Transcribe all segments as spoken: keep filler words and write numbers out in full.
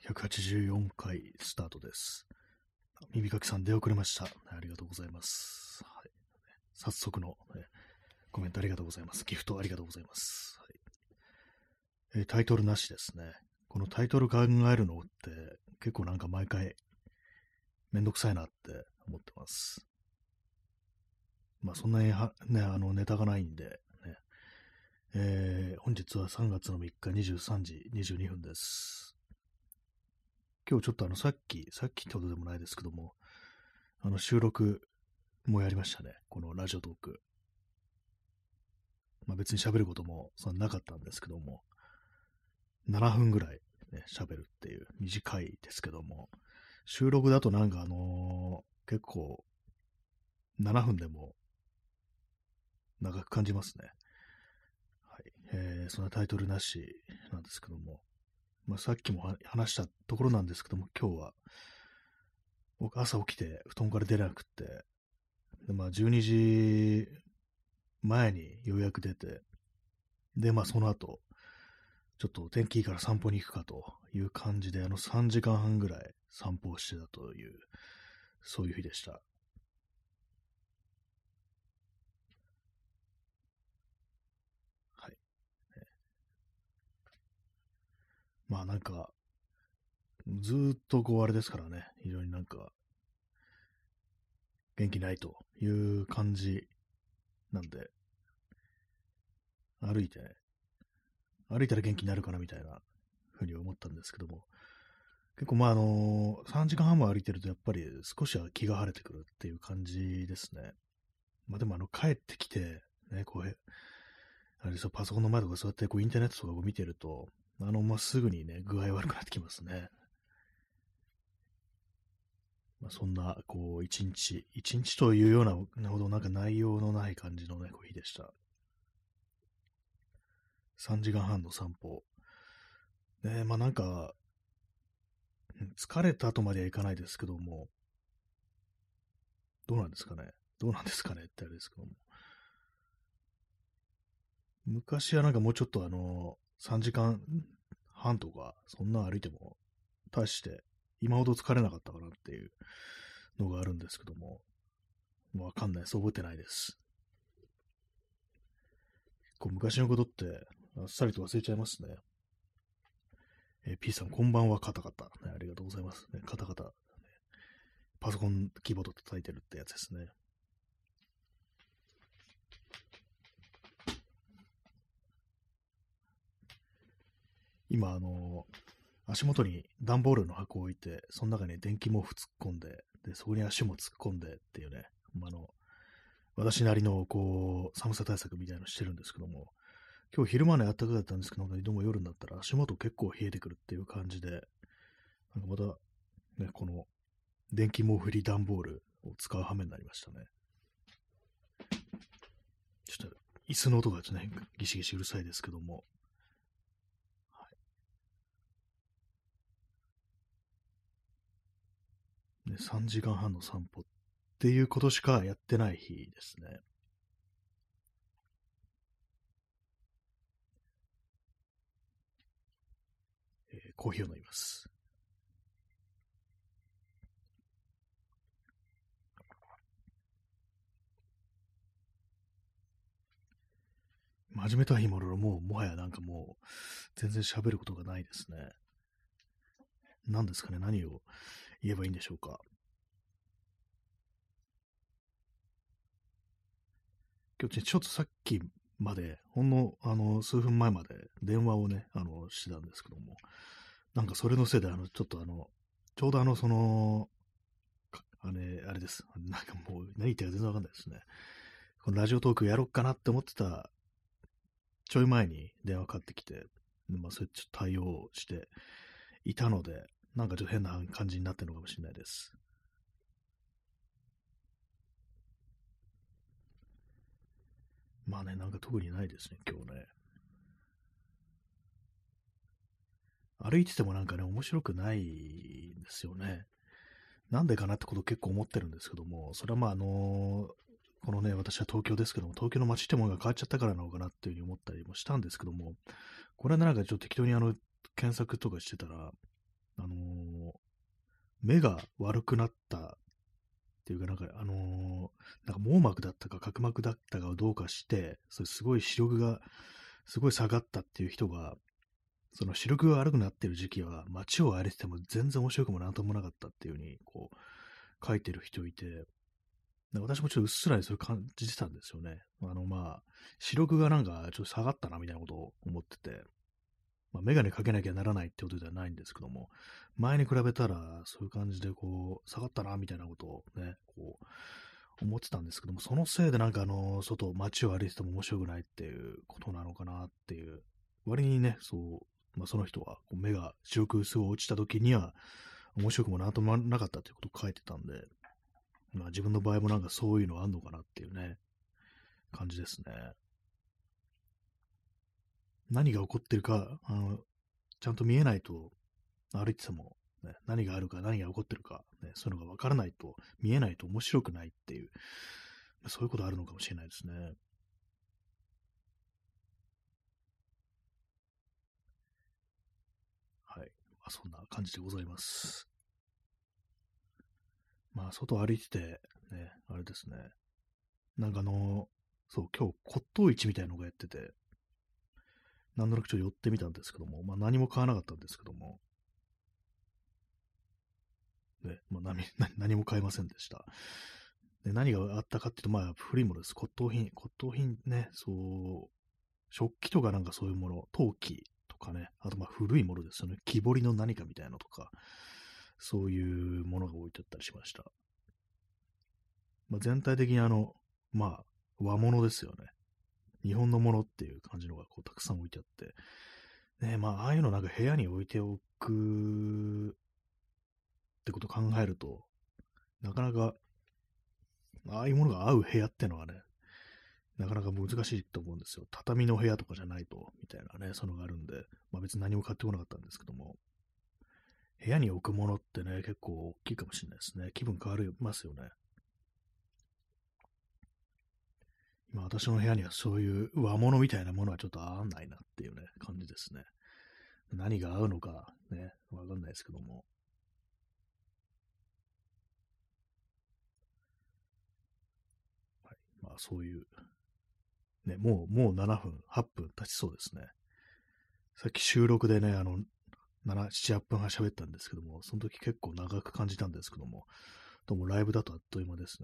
ひゃくはちじゅうよんかいスタートです。耳かきさん出遅れました。ありがとうございます。はい、早速の、ね、コメントありがとうございます。ギフトありがとうございます。はいえー、タイトルなしですね。このタイトル考えるのって結構なんか毎回めんどくさいなって思ってます。まあそんなには、ね、あのネタがないんで、ねえー、本日はさんがつのみっかにじゅうさんじにじゅうにふんです。今日ちょっとあのさっき、さっきってことでもないですけども、あの収録もやりましたね。このラジオトーク。まあ別に喋ることもそんななかったんですけども、ななふんぐらいね、喋るっていう短いですけども、収録だとなんかあのー結構ななふんでも長く感じますね。はい。えー、そんなタイトルなしなんですけども、まあさっきも話したところなんですけども、今日は僕朝起きて布団から出なくって、でまあじゅうにじまえにようやく出て、でまあその後、ちょっと天気いいから散歩に行くかという感じで、あのさんじかんはんぐらい散歩をしてたという、そういう日でした。はい。まあなんか、ずーっとこうあれですからね、非常になんか、元気ないという感じなんで、歩いてね、歩いたら元気になるかなみたいなふうに思ったんですけども、結構まああのー、さんじかんはんも歩いてるとやっぱり少しは気が晴れてくるっていう感じですね。まあでもあの帰ってきて、ね、こう、あれですよ、パソコンの前とか座ってこうインターネットとかを見てると、あの、まあ、すぐにね、具合悪くなってきますね。まあ、そんな、こう、一日、一日というようなほどなんか内容のない感じのね、こう日でした。さんじかんはんの散歩。ね、まあなんか、疲れたとまではいかないですけども、どうなんですかね。どうなんですかねってあれですけども。昔はなんかもうちょっとあの、さんじかんはんとか、そんな歩いても、大して今ほど疲れなかったかなっていうのがあるんですけども、もうわかんないです。覚えてないです。こう昔のことってあっさりと忘れちゃいますね。えー、P さん、こんばんは、カタカタ、ね。ありがとうございます。ね、カタカタ、ね。パソコンキーボード叩いてるってやつですね。今、あのー、足元に段ボールの箱を置いて、その中に電気毛布突っ込んで、で、そこに足も突っ込んでっていうね、あの、私なりの、こう、寒さ対策みたいなのしてるんですけども、今日昼間ね、暖かかったんですけど、どうも夜になったら足元結構冷えてくるっていう感じで、なんかまた、ね、この電気毛布入り段ボールを使う羽目になりましたね。ちょっと椅子の音がちょっとね、ギシギシうるさいですけども、はい、ね、さんじかんはんの散歩っていうことしかやってない日ですね。えー、コーヒーを飲みます。始めた日ももう、もはやなんかもう、全然喋ることがないですね。何ですかね、何を言えばいいんでしょうか。今日ちょっとさっきまで、ほんの、あの、数分前まで電話をね、あの、してたんですけども、なんかそれのせいで、あの、ちょっとあの、ちょうどあの、その、あれ、あれです。なんかもう、何言ってるか全然わかんないですね。このラジオトークやろうかなって思ってた、ちょい前に電話かかってきて、まあ、それちょっと対応していたので、なんかちょっと変な感じになってるのかもしれないです。まあね、なんか特にないですね、今日ね。歩いててもなんかね、面白くないんですよね。なんでかなってことを結構思ってるんですけども、それはまああのこのね、私は東京ですけども、東京の街ってものが変わっちゃったからなのかなっていうふうに思ったりもしたんですけども、これはなんかちょっと適当にあの、検索とかしてたら、 あのー目が悪くなったっていうか、なんか、あのーなんか網膜だったか角膜だったかをどうかして、それすごい視力がすごい下がったっていう人が、その視力が悪くなってる時期は街を歩いてても全然面白くもなんともなかったっていう風に、こう、書いてる人いて、なんか私もちょっとうっすらにそれ感じてたんですよね。あの、まあ、視力がなんかちょっと下がったなみたいなことを思ってて、まあ、メガネかけなきゃならないってことではないんですけども、前に比べたらそういう感じでこう、下がったなみたいなことをね、こう、思ってたんですけども、そのせいでなんかあの、外、街を歩いてても面白くないっていうことなのかなっていう、割にね、そう、まあ、その人はこう目が視力すごい落ちた時には、面白くもなんともなかったっていうことを書いてたんで、まあ自分の場合もなんかそういうのあんのかなっていうね、感じですね。何が起こってるか、あの、ちゃんと見えないと、歩いてても、ね、何があるか、何が起こってるか、ね、そういうのが分からないと、見えないと面白くないっていう、そういうことあるのかもしれないですね。はい。まあ、そんな感じでございます。まあ、外歩いてて、ね、あれですね。なんかあの、そう、今日骨董市みたいなのがやってて、なんとなくちょっと寄ってみたんですけども、まあ何も買わなかったんですけども、ね、まあ何何も買いませんでした。で、何があったかっていうと、まあ古いものです。骨董品。骨董品ね、そう、食器とかなんかそういうもの、陶器とかね、あとまあ古いものですよね。木彫りの何かみたいなのとか、そういうものが置いてあったりしました。まあ、全体的にあの、まあ和物ですよね。日本のものっていう感じのがこうたくさん置いてあって、ね、まあああいうのなんか部屋に置いておくってことを考えると、なかなか、ああいうものが合う部屋ってのはね、なかなか難しいと思うんですよ。畳の部屋とかじゃないと、みたいなね、そういうのがあるんで、まあ別に何も買ってこなかったんですけども、部屋に置くものってね、結構大きいかもしれないですね。気分変わりますよね。今私の部屋にはそういう和物みたいなものはちょっと合わないなっていうね、感じですね。何が合うのかね、わかんないですけども。はい。まあそういう、ね、もう、もうななふん、はっぷん経ちそうですね。さっき収録でね、あの、なな、なな、はっぷんはん喋ったんですけども、その時結構長く感じたんですけども、どうもライブだとあっという間ですね。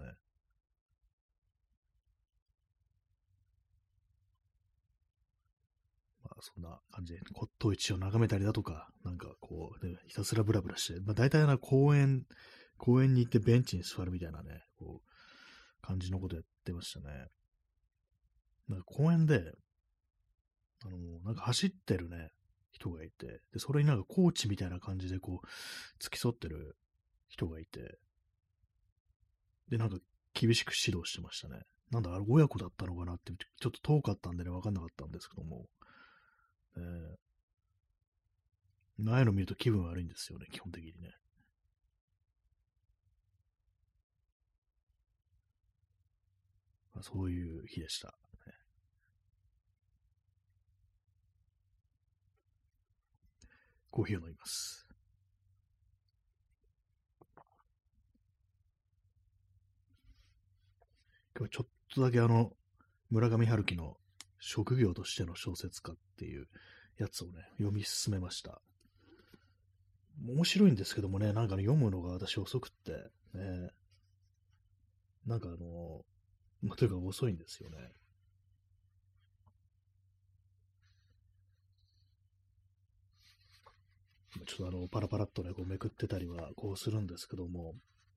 まあそんな感じで、骨董市を眺めたりだとか、なんかこう、ね、ひたすらブラブラして、まあ大体な公園、公園に行ってベンチに座るみたいなね、こう、感じのことやってましたね。なんか公園で、あの、なんか走ってるね、人がいて、で、それになんかコーチみたいな感じでこう、付き添ってる人がいて、で、なんか厳しく指導してましたね。なんだ、あれ親子だったのかなって、ちょっと遠かったんでね、わかんなかったんですけども、えー、ああいうの見ると気分悪いんですよね、基本的にね。まあ、そういう日でした。ね、コーヒーを飲みます。今日はちょっとだけあの、村上春樹の職業としての小説家っていうやつをね、読み進めました。面白いんですけどもね、なんか、ね、読むのが私遅くって、ね、なんかあの、まあ、というか遅いんですよね。ちょっとあの、パラパラっとね、こうめくってたりはこうするんですけども、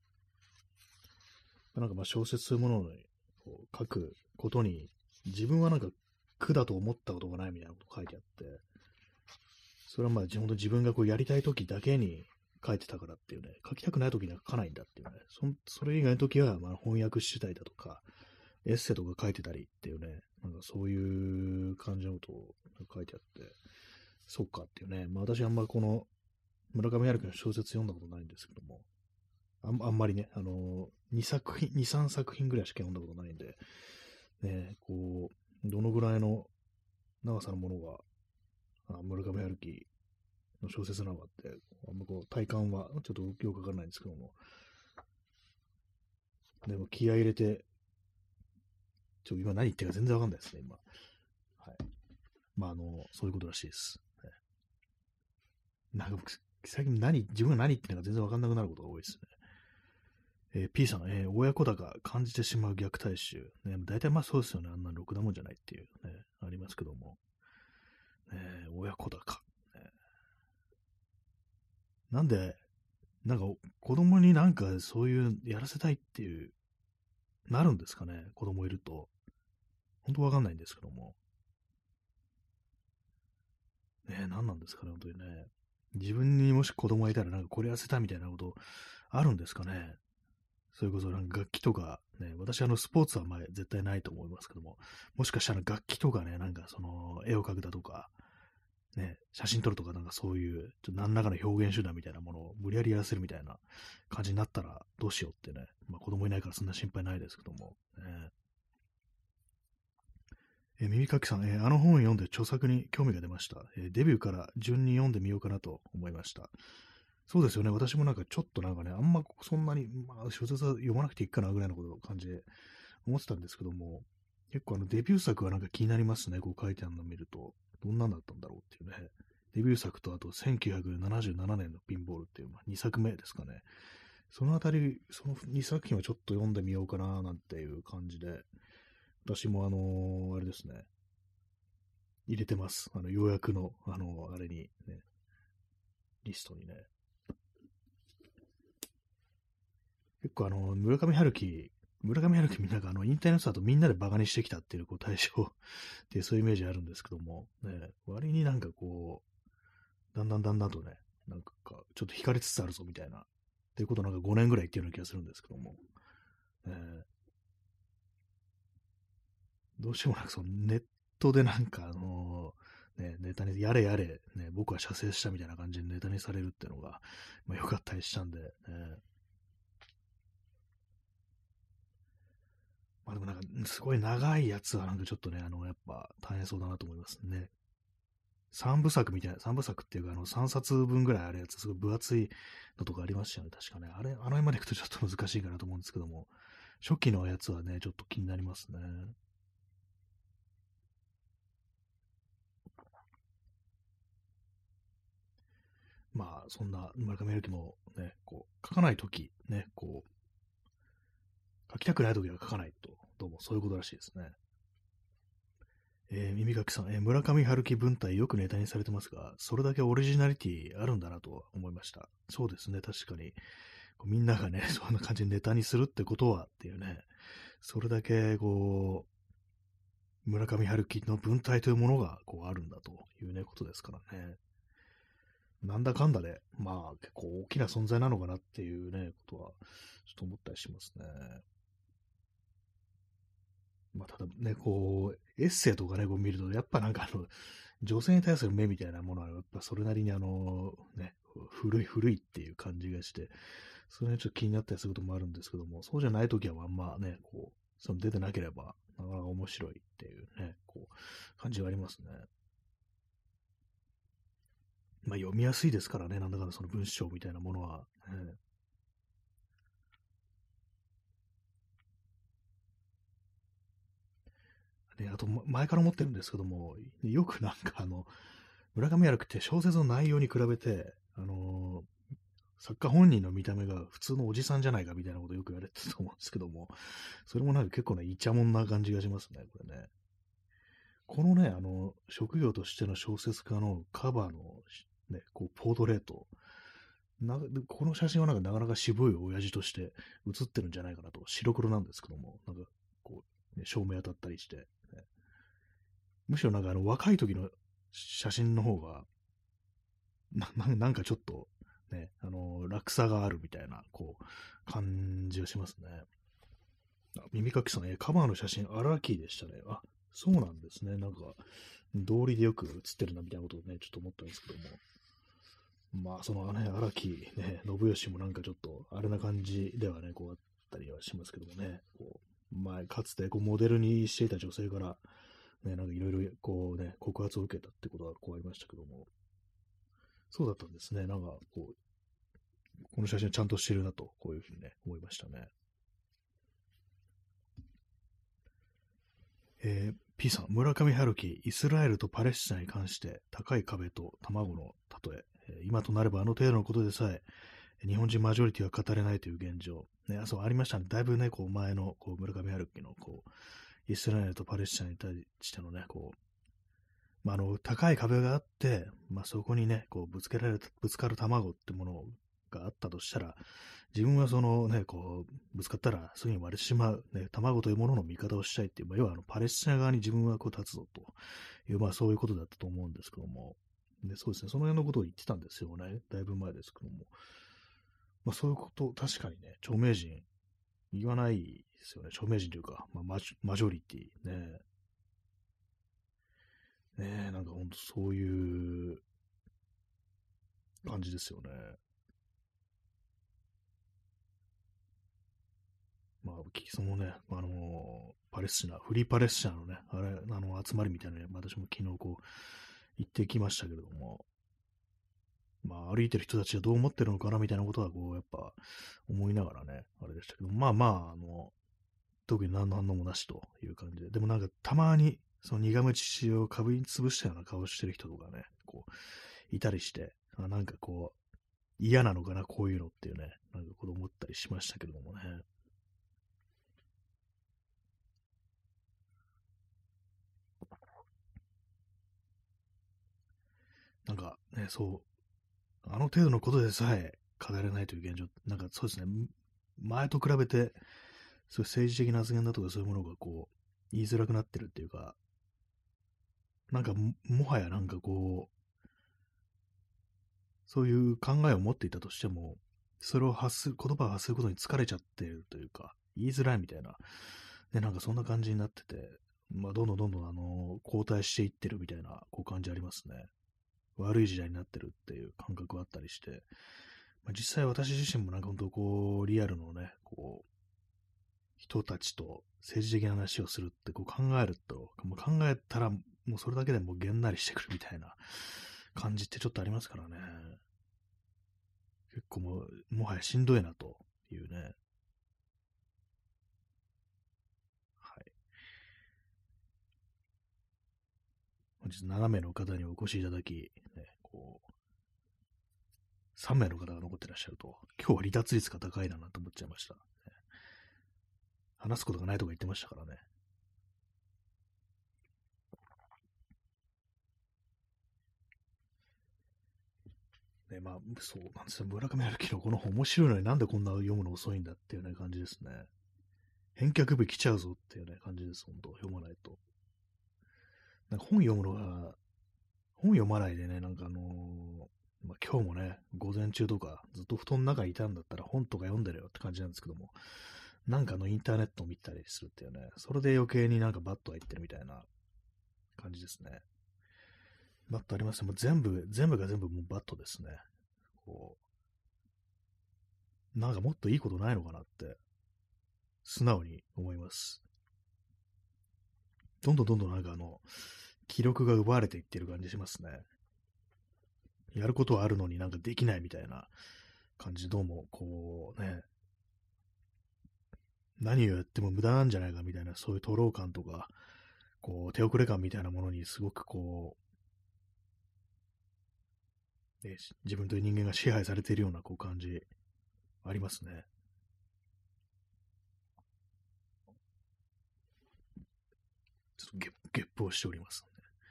なんかまあ小説というものをこう書くことに、自分はなんか苦だと思ったことがないみたいなこと書いてあって、それはまあ、本当自分がこうやりたい時だけに書いてたからっていうね、書きたくない時には書かないんだっていうね、そそれ以外の時はまあ翻訳してたりだとか、エッセイとか書いてたりっていうね、なんかそういう感じのことを書いてあって、そっかっていうね、まあ私あんまこの村上春樹の小説読んだことないんですけども、あんあんまりね、あのー、にさく品、に、さんさく品ぐらいしか読んだことないんで、ね、こう、どのぐらいの長さのものが、あ村上春樹の小説なのかって、あんまこう体感はちょっとよくわからないんですけども、でも気合い入れて、ちょ、今何言ってるか全然わかんないですね、今。はい。まあ、あの、そういうことらしいです。ね、なんか、最近何、自分が何言ってるのか全然わかんなくなることが多いですね。えー、P さん、えー、親子高感じてしまう虐待臭。ね、大体まあそうですよね。あんなろくなもんじゃないっていうね、ありますけども。ね、親子高、ね。なんで、なんか子供になんかそういうやらせたいっていう、なるんですかね。子供いると。本当わかんないんですけども。ね、何なんですかね、本当にね。自分にもし子供がいたらなんかこれやらせたみたいなことあるんですかね。それこそなんか楽器とか、ね、私あのスポーツはまあ絶対ないと思いますけども、もしかしたら楽器とかね、なんかその絵を描くだとか、ね、写真撮るとかなんかそういう、ちょっと何らかの表現手段みたいなものを無理やりやらせるみたいな感じになったらどうしようってね、まあ子供いないからそんな心配ないですけども、ね、え耳かきさん、えーあの本を読んで著作に興味が出ました、えーデビューから順に読んでみようかなと思いました。そうですよね。私もなんかちょっとなんかね、あんまそんなに、まあ、小説は読まなくていいかなぐらいのことを感じで思ってたんですけども、結構あのデビュー作はなんか気になりますね。こう書いてあるのを見ると。どんなんだったんだろうっていうね。デビュー作とあとせんきゅうひゃくななじゅうななねんのピンボールっていう、まあ、にさくめですかね。そのあたり、そのにさく品はちょっと読んでみようかななんていう感じで、私もあのーあれですね、入れてます。あの、予約の、あのーあれにね、リストにね。結構あの、村上春樹、村上春樹みんながあの、引退の人だとみんなでバカにしてきたっていう、こう、対象っていうそういうイメージあるんですけども、ね、割になんかこう、だんだんだんだんとね、なんか、ちょっと惹かれつつあるぞみたいな、っていうことをなんかごねんぐらい言ってるような気がするんですけども、ね、どうしてもなんかそのネットでなんかあのね、ネタに、やれやれ、ね、僕は射精したみたいな感じでネタにされるっていうのが、まあ、よかったりしたんで、ね、まあでもなんか、すごい長いやつはなんかちょっとね、あの、やっぱ大変そうだなと思いますね。三部作みたいな、三部作っていうか、あの、三冊分ぐらいあるやつ、すごい分厚いのとかありましたよね、確かね。あれ、あの辺まで行くとちょっと難しいかなと思うんですけども、初期のやつはね、ちょっと気になりますね。まあ、そんな村上春樹もね、こう、書かないとき、ね、こう、書きたくないときは書かないと、どうもそういうことらしいですね。えー、耳かきさん、えー村上春樹文体よくネタにされてますが、それだけオリジナリティあるんだなと思いました。そうですね、確かに。こうみんながね、そんな感じでネタにするってことはっていうね、それだけこう、村上春樹の文体というものがこうあるんだというね、ことですからね。なんだかんだで、まあ結構大きな存在なのかなっていうね、ことはちょっと思ったりしますね。まあただね、こう、エッセイとかね、こう見ると、やっぱなんかあの、女性に対する目みたいなものは、やっぱそれなりにあの、ね、古い古いっていう感じがして、それにちょっと気になったりすることもあるんですけども、そうじゃないときはあんまね、こう、その出てなければ、なかなか面白いっていうね、こう、感じはありますね。まあ読みやすいですからね、なんだかんだその文章みたいなものは。ね、で、あと、ま前から思ってるんですけども、よくなんかあの、村上春樹って小説の内容に比べて、あのー作家本人の見た目が普通のおじさんじゃないかみたいなことをよく言われてたと思うんですけども、それもなんか結構ね、イチャモンな感じがしますね、これね。このね、あの、職業としての小説家のカバーの、ね、こう、ポートレート、なこの写真はなんかなかなか渋い親父として写ってるんじゃないかなと、白黒なんですけども、なんかこう、ね、照明当たったりして、ね、むしろなんかあの若い時の写真の方が、なななんかちょっと、ね、あの、落差があるみたいな、こう、感じがしますね。あ耳かきさん、え、カバーの写真、アラーキーでしたね。あ、そうなんですね。なんか、道理でよく写ってるな、みたいなことをね、ちょっと思ったんですけども。まあ、そのね、荒木ね、信義もなんかちょっと、あれな感じではね、こうあったりはしますけどもね、こう、前、かつてこうモデルにしていた女性から、ね、なんかいろいろこうね、告発を受けたってことはこうありましたけども、 そうだったんですね。なんか、こう、この写真ちゃんとしてるなと、こういうふうにね、思いましたね。えー、P さん、村上春樹、イスラエルとパレスチナに関して高い壁と卵の例え、えー今となればあの程度のことでさえ、日本人マジョリティは語れないという現状。ね、あ、そう、ありましたね。だいぶね、こう前のこう村上春樹のこうイスラエルとパレスチナに対してのね、こう、まあ、あの、高い壁があって、まあ、そこにね、こうぶつけられた、ぶつかる卵ってものがあったとしたら、自分はそのね、こう、ぶつかったらすぐに割れてしまう、ね、卵というものの味方をしたいっていう、まあ、要はあのパレスチナ側に自分はこう立つぞという、まあそういうことだったと思うんですけども、でそうですね、その辺のことを言ってたんですよね、だいぶ前ですけども、まあそういうこと、確かにね、著名人言わないですよね、著名人というか、まあ、マジマジョリティね、ね、なんか本当そういう感じですよね。まあ、そのね、あのーパレスチナ、フリーパレスチナのね、あれ、あの、集まりみたいなね、私も昨日こう、行ってきましたけれども、まあ、歩いてる人たちがどう思ってるのかなみたいなことは、こう、やっぱ、思いながらね、あれでしたけど、まあまあ、あの、特に何の反応もなしという感じで、でもなんか、たまに、その苦虫をかぶりつぶしたような顔してる人とかね、こう、いたりして、あなんかこう、嫌なのかな、こういうのっていうね、なんかこと思ったりしましたけどもね。なんかね、そう、あの程度のことでさえ語れないという現状、なんかそうですね、前と比べて、そういう政治的な発言だとかそういうものがこう、言いづらくなってるっていうか、なんかも、もはやなんかこう、そういう考えを持っていたとしても、それを発する、言葉を発することに疲れちゃってるというか、言いづらいみたいな、ね、なんかそんな感じになってて、まあ、どんどんどんどん、あの、後退していってるみたいな、こう感じありますね。悪い時代になってるっていう感覚があったりして、まあ、実際私自身もなんか本当こう、リアルのね、こう、人たちと政治的な話をするってこう考えると、もう考えたらもうそれだけでもうげんなりしてくるみたいな感じってちょっとありますからね。結構もう、もはやしんどいなというね。はい。本日ななめいの方にお越しいただき、ね、こう、さんめいの方が残ってらっしゃると、今日は離脱率が高いなと思っちゃいました。話すことがないとか言ってましたからね。ね、まあ、そうなんですよ。村上春樹のこの本面白いのになんでこんな読むの遅いんだっていうね、感じですね。返却日来ちゃうぞっていうね、感じです。本当読まないと。なんか本読むのが、本読まないでね、なんかあのーまあ、今日もね、午前中とかずっと布団の中にいたんだったら本とか読んでるよって感じなんですけども、なんかあのインターネットを見たりするっていうね、それで余計になんかバット入ってるみたいな感じですね。バットありますね。もう全部、全部が全部もうバットですね。こう、なんかもっといいことないのかなって、素直に思います。どんどんどんどんなんかあの、気力が奪われていってる感じしますね。やることはあるのになんかできないみたいな感じ、どうも、こうね、何をやっても無駄なんじゃないかみたいな、そういう徒労感とか、こう、手遅れ感みたいなものにすごくこう、ね、自分という人間が支配されているようなこう感じ、ありますね。ちょっとゲッゲップをしております。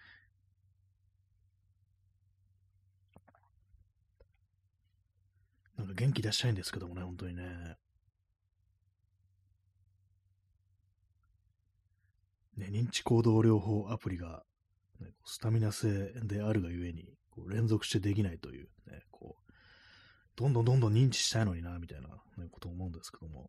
なんか元気出したいんですけどもね、本当にね。ね、認知行動療法アプリが、ね、スタミナ性であるがゆえに、こう連続してできないという、ね、こう、どんどんどんどん認知したいのにな、みたいな、ね、ことを思うんですけども、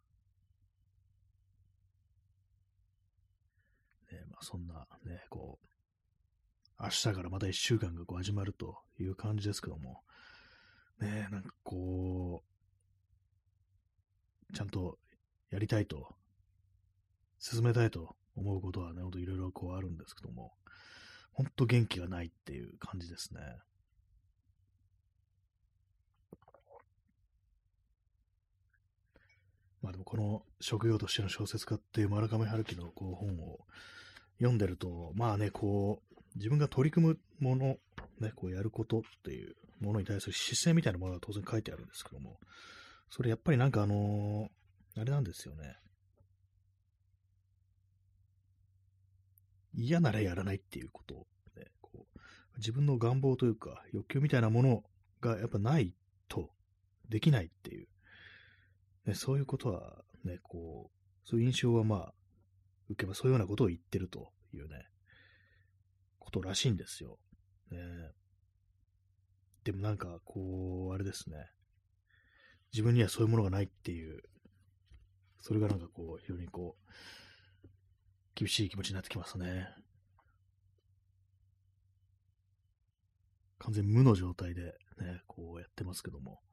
ね、まあ、そんな、ね、こう、明日からまた一週間がこう始まるという感じですけども、ね、なんかこう、ちゃんとやりたいと、進めたいと思うことはね、ほんといろいろこうあるんですけども、ほんと元気がないっていう感じですね。 この職業としての小説家っていう村上春樹のこう本を読んでると、まあね、こう、自分が取り組むもの、ね、こうやることっていうものに対する姿勢みたいなものが当然書いてあるんですけども、それやっぱりなんかあのーあれなんですよね。嫌ならやらないっていうことを、ね、こう自分の願望というか欲求みたいなものがやっぱないとできないっていう、ね、そういうことはね、こう、そういう印象はまあ、受けばそういうようなことを言ってるというね、ことらしいんですよ。ね、でもなんかこう、あれですね、自分にはそういうものがないっていう、それがなんかこう、非常にこう、厳しい気持ちになってきますね。完全無の状態でね、こうやってますけども。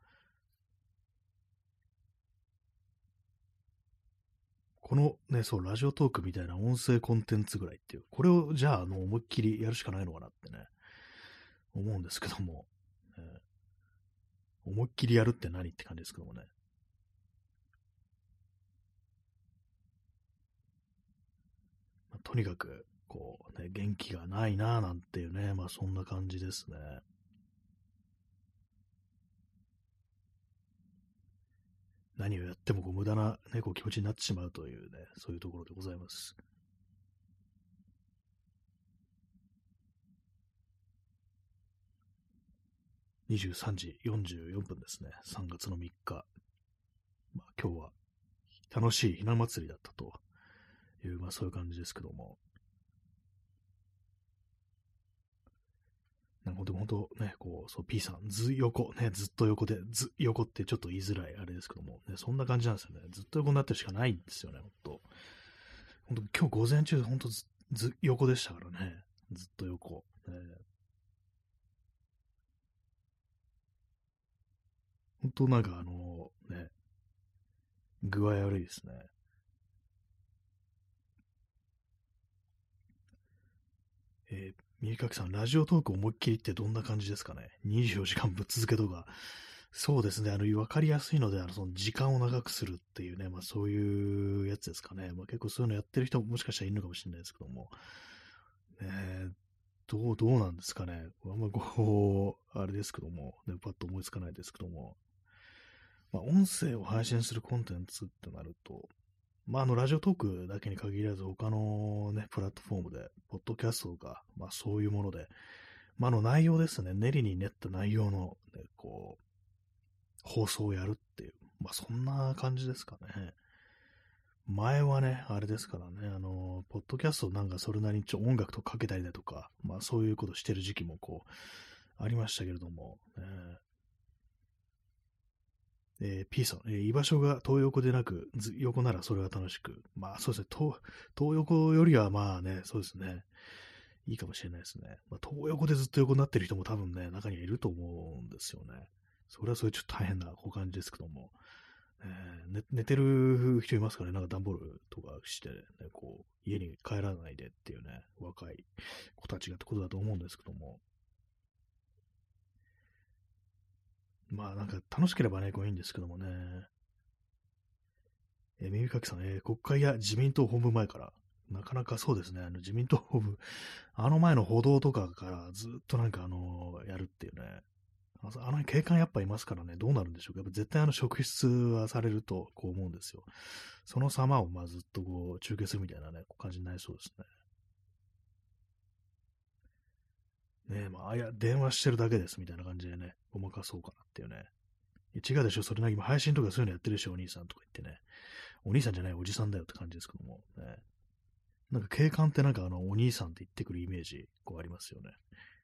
このね、そう、ラジオトークみたいな音声コンテンツぐらいっていう、これをじゃあ、あの、思いっきりやるしかないのかなってね、思うんですけども、えー思いっきりやるって何って感じですけどもね。まあ、とにかく、こうね、元気がないなぁなんていうね、まあそんな感じですね。何をやってもこう無駄な、ね、こう気持ちになってしまうというね、そういうところでございます。にじゅうさんじよんじゅうよんぷんですね。さんがつのみっか。まあ、今日は楽しいひな祭りだったという、まあそういう感じですけども。なんか本当、本当ね、こう、そう、P さん、ず横、ね、ずっと横で、ず横ってちょっと言いづらいあれですけども、ね、そんな感じなんですよね。ずっと横になってるしかないんですよね、本当。本当、今日午前中、本当ず、ず横でしたからね。ずっと横。ね、本当なんかあの、ね、具合悪いですね。えー、三垣さん、ラジオトーク思いっきりってどんな感じですかね？ にじゅうよ 時間ぶっ続けとか。そうですね。あの、わかりやすいので、あの、その時間を長くするっていうね、まあそういうやつですかね。まあ結構そういうのやってる人ももしかしたらいるのかもしれないですけども。ね、どう、どうなんですかね。あんまこう、あれですけども、ね、パッと思いつかないですけども。まあ音声を配信するコンテンツってなると、まあ、あの、ラジオトークだけに限らず、他のね、プラットフォームで、ポッドキャストとか、まあ、そういうもので、まあ、あの、内容ですね、練りに練った内容の、ね、こう、放送をやるっていう、まあ、そんな感じですかね。前はね、あれですからね、あの、ポッドキャストなんかそれなりにちょ音楽とかけたりだとか、まあ、そういうことしてる時期もこう、ありましたけれども、ね、えー、P さん、えー居場所が東横でなく、ず横ならそれは楽しく。まあそうですね、東、東横よりはまあね、そうですね、いいかもしれないですね。まあ、東横でずっと横になってる人も多分ね、中にはいると思うんですよね。それはそれちょっと大変なお感じですけども。えー寝、寝てる人いますからね、なんか段ボールとかして、ね、こう、家に帰らないでっていうね、若い子たちがってことだと思うんですけども。まあなんか楽しければね、こういいんですけどもね。えー、耳かきさん、えー国会や自民党本部前から、なかなかそうですね、あの自民党本部、あの前の歩道とかからずっとなんかあのーやるっていうね、あのあの警官やっぱいますからね、どうなるんでしょうか。やっぱ絶対あの職質はされるとこう思うんですよ。その様をまあずっとこう中継するみたいなね、感じになりそうですね。ねえ、まあ、あいや、電話してるだけですみたいな感じでね、ごまかそうかなっていうね。いや違うでしょ、それな今配信とかそういうのやってるでしょ、お兄さんとか言ってね。お兄さんじゃないおじさんだよって感じですけども。ね、なんか警官ってなんかあの、お兄さんって言ってくるイメージ、こうありますよね。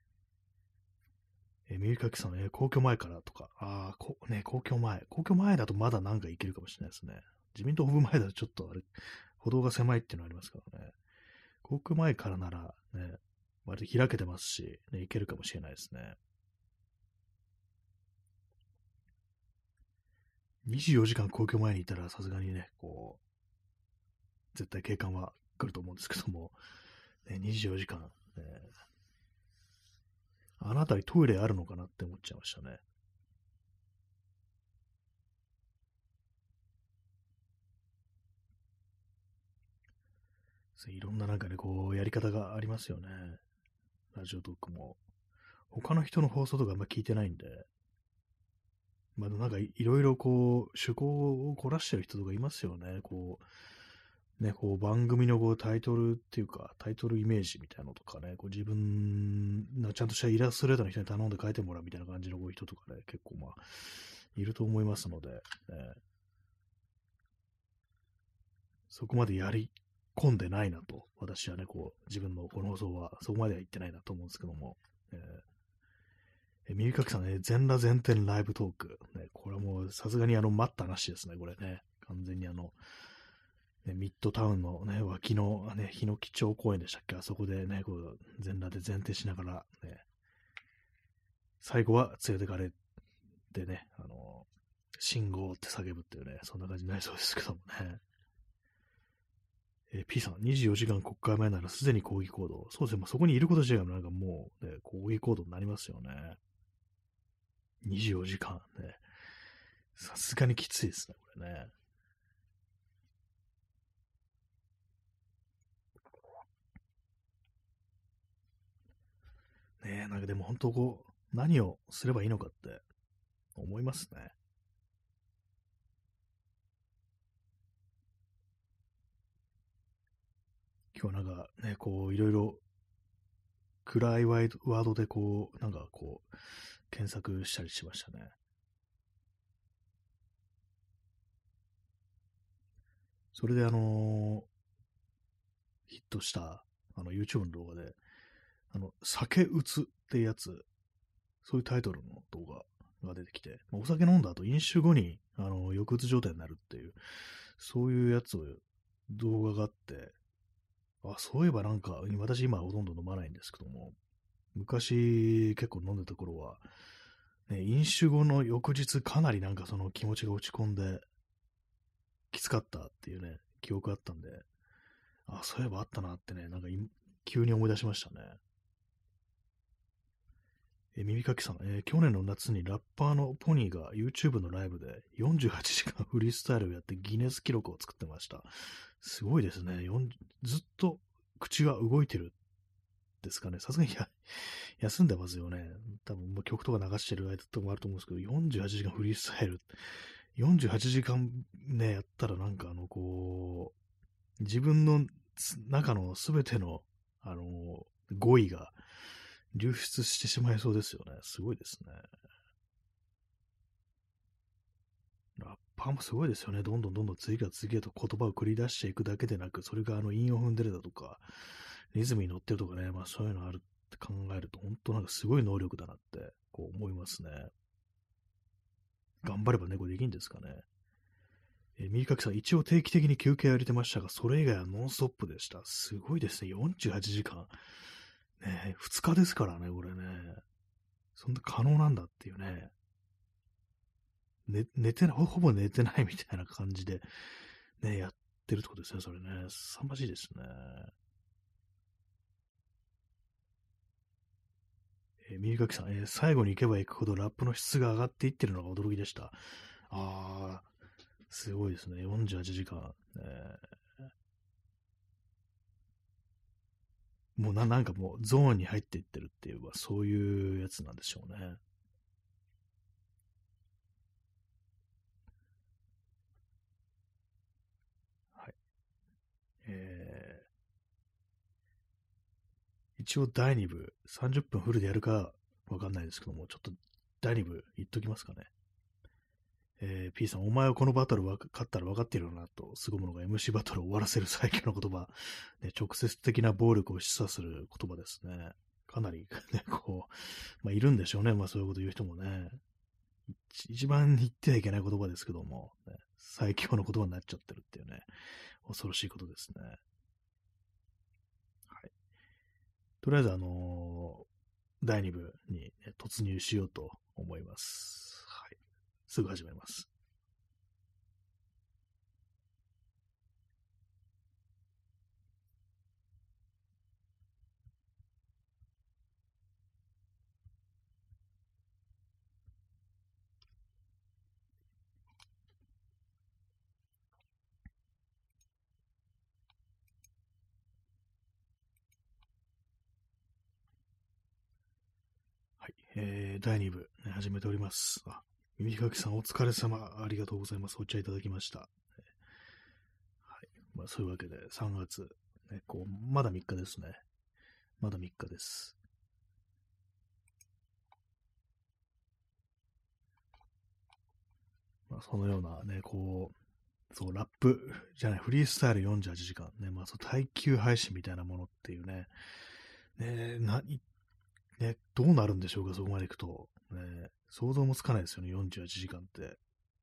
えー、耳かきさん、えー皇居前からとか、ああ、こ、ね、皇居前。皇居前だとまだなんかいけるかもしれないですね。自民党本部前だとちょっとあれ、歩道が狭いっていうのありますからね。皇居前からならね、割と開けてますし、ね、いけるかもしれないですね。にじゅうよじかん皇居前にいたらさすがにね、こう、絶対警官は来ると思うんですけども、ね、にじゅうよじかん、ね、あの辺りトイレあるのかなって思っちゃいましたね。 いろんななんかね、こう、やり方がありますよね。ラジオトークも。他の人の放送とかあんま聞いてないんで、まあ、なんかいろいろこう、趣向を凝らしてる人とかいますよね。こう、ね、こう番組のこうタイトルっていうか、タイトルイメージみたいなのとかね、こう自分のちゃんとしたイラストレーターの人に頼んで書いてもらうみたいな感じのこういう人とかね、結構まあ、いると思いますので、ね、そこまでやり込んでないなと、私はね、こう、自分のこの放送はそこまでは言ってないなと思うんですけども、えーえ耳かきさんね、全裸全天ライブトーク。ね、これはもうさすがにあの待ったなしですね、これね。完全にあの、ね、ミッドタウンのね、脇のね、日野基町公園でしたっけ、あそこでね、こう、全裸で前転しながら、ね、最後は連れてかれてね、あの、信号って叫ぶっていうね、そんな感じになりそうですけどもね。えー、P さん、にじゅうよじかん国会前ならすでに抗議行動。そうですね、まあ、そこにいること自体がなんかもう、ね、抗議行動になりますよね。にじゅうよじかんね。さすがにきついですね、これね。ねえ、なんかでも本当こう、何をすればいいのかって思いますね。今日はなんかね、こう、いろいろ暗いワイドワードでこう、なんかこう、検索したりしましたね。それであのーヒットした、あの、YouTube の動画で、あの、酒うつってやつ、そういうタイトルの動画が出てきて、まあお酒飲んだ後、飲酒後に、あの、抑うつ状態になるっていう、そういうやつを、動画があって、あ、そういえばなんか、私今ほとんど飲まないんですけども、昔結構飲んでた頃は、ね、飲酒後の翌日かなりなんかその気持ちが落ち込んできつかったっていうね、記憶あったんで、あ、そういえばあったなってね、なんか急に思い出しましたね。え耳かきさん、えー去年の夏にラッパーのポニーが YouTube のライブでよんじゅうはちじかんフリースタイルをやってギネス記録を作ってました。すごいですね。よんずっと口が動いてるですかね。さすがにや休んでますよね。多分もう曲とか流してる間とかもあると思うんですけど、よんじゅうはちじかんフリースタイル。よんじゅうはちじかんね、やったらなんかあの、こう、自分の中のすべての、あの、語彙が流出してしまいそうですよね。すごいですね。ラッパーもすごいですよね。どんどんどんどん次から次へと言葉を繰り出していくだけでなく、それがあの韻を踏んでるだとか、リズムに乗ってるとかね、まあそういうのあるって考えると、本当なんかすごい能力だなって、こう思いますね。頑張ればね、これできるんですかね。えー、右かきさん、一応定期的に休憩を入れてましたが、それ以外はノンストップでした。すごいですね。よんじゅうはちじかん。ね、ふつかですからね、これね。そんな可能なんだっていうね。ね、寝てない、ほほぼ寝てないみたいな感じで、ね、やってるってことですね、それね。凄まじいですね。えー、右かきさん、えー最後に行けば行くほどラップの質が上がっていってるのが驚きでした。あー、すごいですね。よんじゅうはちじかん。えーもうな、なんかもうゾーンに入っていってるっていうか、そういうやつなんでしょうね。はい。えー、一応だいに部、さんじゅっぷんフルでやるかわかんないですけども、ちょっとだいに部言っときますかね。えー、P さん、お前はこのバトル勝ったら分かっているよなと、すごむのが エムシー バトルを終わらせる最強の言葉、ね、直接的な暴力を示唆する言葉ですね。かなり、ね、こう、まあ、いるんでしょうね。まあ、そういうこと言う人もね。一番言ってはいけない言葉ですけども、ね、最強の言葉になっちゃってるっていうね、恐ろしいことですね。はい。とりあえず、あのー、だいに部に、ね、突入しようと思います。はい。すぐ始めます。 えー、だいに部、ね、始めております。あ、耳かきさんお疲れ様。ありがとうございます。お茶いただきました。はい。まあ、そういうわけで、さんがつ、ね、こう、まだみっかですね。まだみっかです。まあ、そのようなね、こう、そう、ラップじゃない、フリースタイルよんじゅうはちじかん。ね、まあ、そう、耐久配信みたいなものっていうね、ね、な、ね、どうなるんでしょうか、そこまでいくと。ね、想像もつかないですよね、よんじゅうはちじかんって。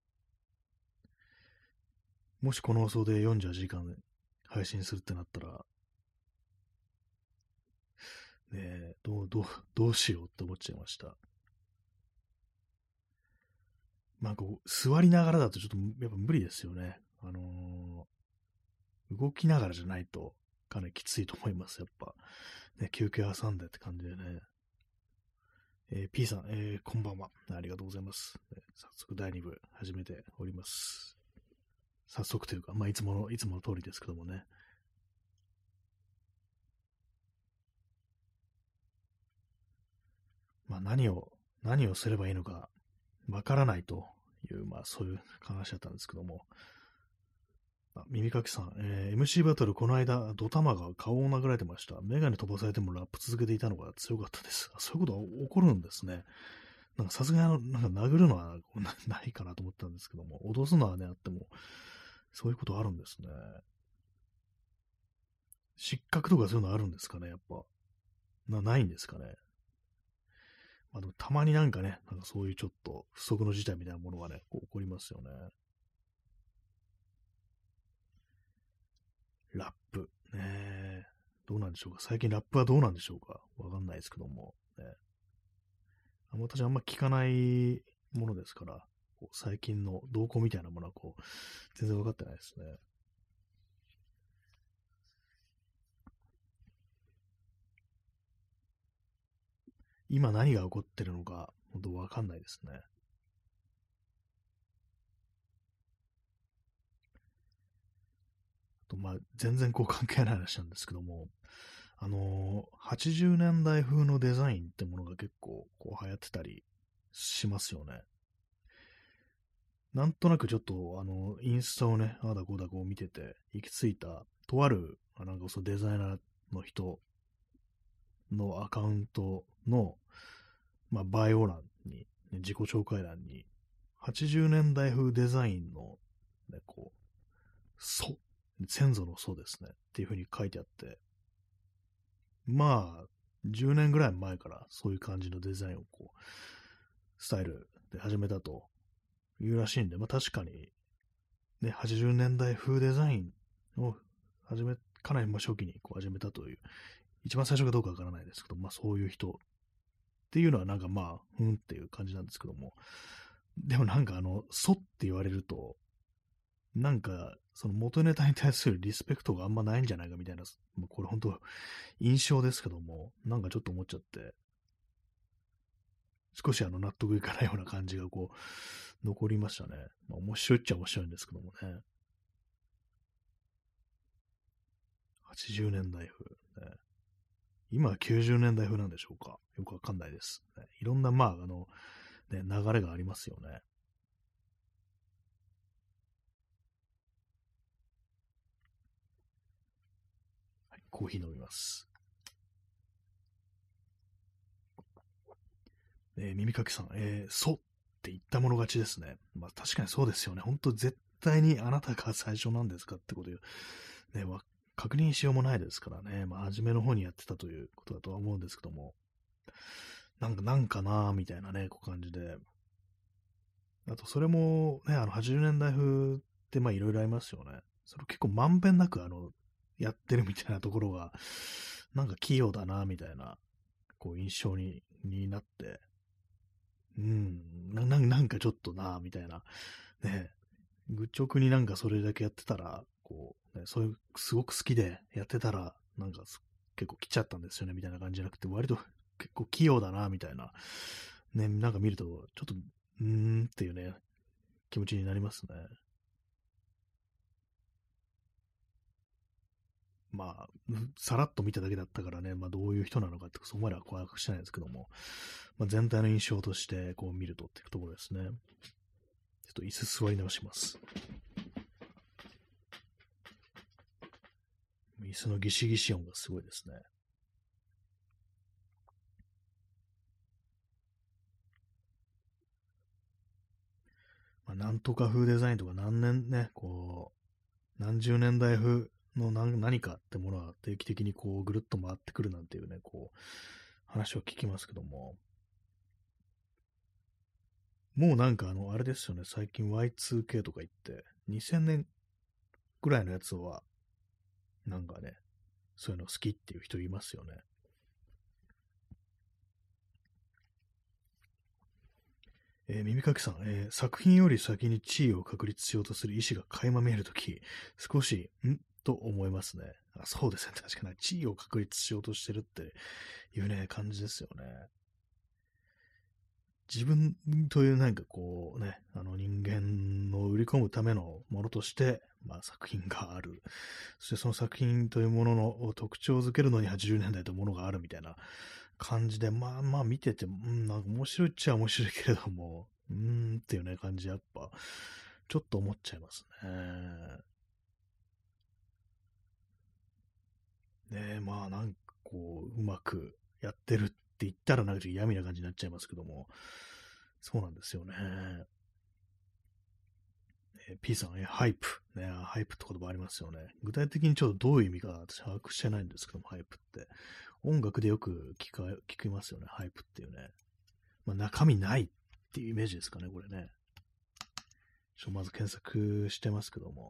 もしこの放送でよんじゅうはちじかん配信するってなったら、ね、どう、どう、どうしようって思っちゃいました。まあ、こう、座りながらだとちょっとやっぱ無理ですよね。あのー動きながらじゃないとかなりきついと思います、やっぱ。ね、休憩挟んでって感じでね。えー、P さん、えー、こんばんは。ありがとうございます。えー早速だいに部始めております。早速というか、まあ、いつもの、いつもの通りですけどもね。まあ、何を、何をすればいいのかわからないという、まあ、そういう話だったんですけども。あ、耳かきさん、えー エムシー バトル、この間、ドタマが顔を殴られてました。メガネ飛ばされてもラップ続けていたのが強かったです。あ、そういうことが起こるんですね。なんかさすがになんか殴るのはなないかなと思ったんですけども、脅すのはね、あっても、そういうことあるんですね。失格とかそういうのあるんですかね、やっぱ。な、ないんですかね。まあ、でもたまになんかね、なんかそういうちょっと不測の事態みたいなものがね、こう起こりますよね。ラップ。ねえ。どうなんでしょうか。最近ラップはどうなんでしょうか。わかんないですけども。ね、あ私あんま聞かないものですから、こう最近の動向みたいなものはこう、全然わかってないですね。今何が起こってるのか、本当わかんないですね。とまあ、全然こう関係ない話なんですけども、あのー、はちじゅうねんだい風のデザインってものが結構こう流行ってたりしますよね。なんとなくちょっと、あの、インスタをね、ああだこうだこう見てて、行き着いた、とある、あなんかそうデザイナーの人のアカウントの、まあ、バイオ欄に、ね、自己紹介欄に、はちじゅうねんだい風デザインの、ね、こう、祖、先祖の祖ですね、っていう風に書いてあって、まあ、じゅうねんぐらい前からそういう感じのデザインをこう、スタイルで始めたというらしいんで、まあ確かに、ね、はちじゅうねんだい風デザインを始め、かなりまあ初期にこう始めたという、一番最初かどうかわからないですけど、まあそういう人っていうのはなんかまあ、うんっていう感じなんですけども、でもなんかあの、祖って言われると、なんか、その元ネタに対するリスペクトがあんまないんじゃないかみたいな、もうこれ本当印象ですけども、なんかちょっと思っちゃって、少しあの納得いかないような感じがこう、残りましたね。まあ面白いっちゃ面白いんですけどもね。はちじゅうねんだい風、ね。今はきゅうじゅうねんだい風なんでしょうか。よくわかんないです、ね。いろんな、まあ、あの、ね、流れがありますよね。はい、コーヒー飲みます。えー耳かきさん、えー、そうって言ったもの勝ちですね。まあ確かにそうですよね。本当絶対にあなたが最初なんですかってことを、ね、わ確認しようもないですからね。まあ初めの方にやってたということだとは思うんですけども。なんか、なんかなーみたいなね、こう感じで。あとそれもね、あのはちじゅうねんだい風ってまあいろいろありますよね。それ結構まんべんなくあの、やってるみたいなところが、なんか器用だな、みたいな、こう印象に、になって、うん、なななんかちょっとな、みたいな。ね、愚直になんかそれだけやってたら、こう、ね、そういう、すごく好きでやってたら、なんか結構来ちゃったんですよね、みたいな感じじゃなくて、割と結構器用だな、みたいな。ね、なんか見ると、ちょっと、うーんっていうね、気持ちになりますね。 まあ、さらっと見ただけだったからね、まあ、どういう人なのかって、そこまでは把握してないですけども、まあ、全体の印象として、こう見るとっていうところですね。ちょっと椅子座り直します。椅子のギシギシ音がすごいですね。まあ、なんとか風デザインとか何年ね、こう、何十年代風の何何かってものは定期的にこうぐるっと回ってくるなんていうね、こう、話を聞きますけども、もうなんかあの、あれですよね、最近 ワイツーケー とか言って、にせんねんぐらいのやつは、なんかね、そういうの好きっていう人いますよね。えー耳かきさん、えー作品より先に地位を確立しようとする意志が垣間見えるとき、少し、んと思いますね。あ、そうですね。確かに地位を確立しようとしてるっていうね、感じですよね。自分というなんかこうね、あの人間を売り込むためのものとして、まあ、作品がある。そしてその作品というものの特徴づけるのにはちじゅうねんだいというものがあるみたいな感じで、まあまあ見てて、うん、なんか面白いっちゃ面白いけれども、うーんっていうね感じやっぱ、ちょっと思っちゃいますね。ねえ、まあなんかこう、うまくやってるって言ったらなんか嫌味な感じになっちゃいますけども、そうなんですよね。えー P さん、えハイプ。ね、ハイプって言葉ありますよね。具体的にちょっとどういう意味か私把握してないんですけども、ハイプって。音楽でよく聞か聞きますよね、ハイプっていうね。まあ、中身ないっていうイメージですかね、これね。ちょまず検索してますけども。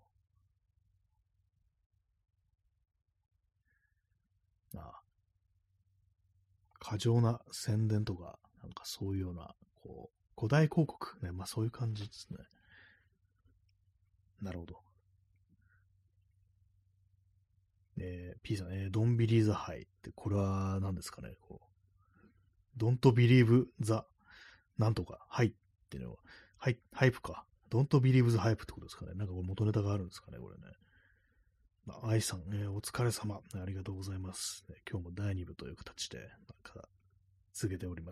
まあ、過剰な宣伝とか、なんかそういうような、こう、古代広告ね。まあそういう感じですね。なるほど。えー、P さん、えー、Don't Believe the High って、これは何ですかね。こう Don't Believe the なんとか、はいっていうのは、はい、ハイプか。Don't Believe the Hype ってことですかね。なんかこれ元ネタがあるんですかね、これね。まあ、愛さん、えーお疲れ様、ありがとうございます。ね今日もだいに部という形で、なんか、続けております。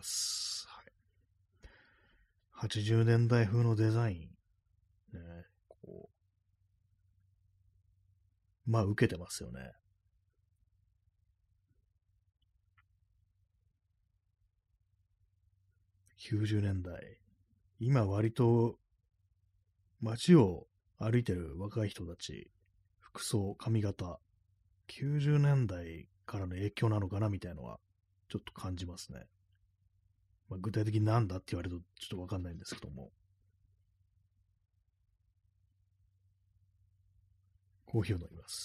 はい。はちじゅうねんだい風のデザイン、ね、こう、まあ、受けてますよね。きゅうじゅうねんだい。今割と街を歩いてる若い人たち、服装、髪型、きゅうじゅうねんだいからの影響なのかなみたいなのは、ちょっと感じますね。まあ、具体的に何だって言われるとちょっとわかんないんですけども、コーヒーを飲みます。